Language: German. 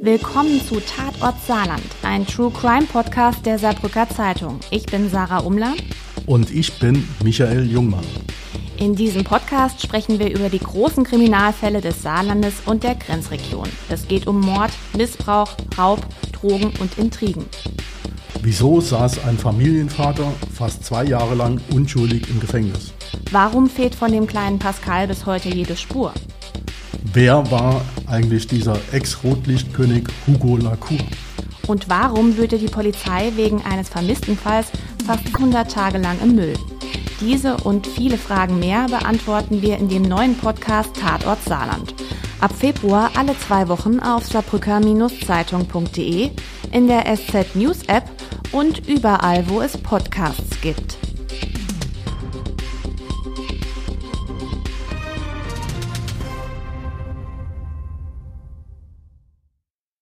Willkommen zu Tatort Saarland, ein True Crime Podcast der Saarbrücker Zeitung. Ich bin Sarah Umler. Und ich bin Michael Jungmann. In diesem Podcast sprechen wir über die großen Kriminalfälle des Saarlandes und der Grenzregion. Es geht um Mord, Missbrauch, Raub, Drogen und Intrigen. Wieso saß ein Familienvater fast 2 Jahre lang unschuldig im Gefängnis? Warum fehlt von dem kleinen Pascal bis heute jede Spur? Wer war eigentlich dieser Ex-Rotlichtkönig Hugo Lacour? Und warum wühlte die Polizei wegen eines vermissten Falls fast 100 Tage lang im Müll? Diese und viele Fragen mehr beantworten wir in dem neuen Podcast Tatort Saarland. Ab Februar alle 2 Wochen auf saarbrücker-zeitung.de, in der SZ News App und überall, wo es Podcasts gibt.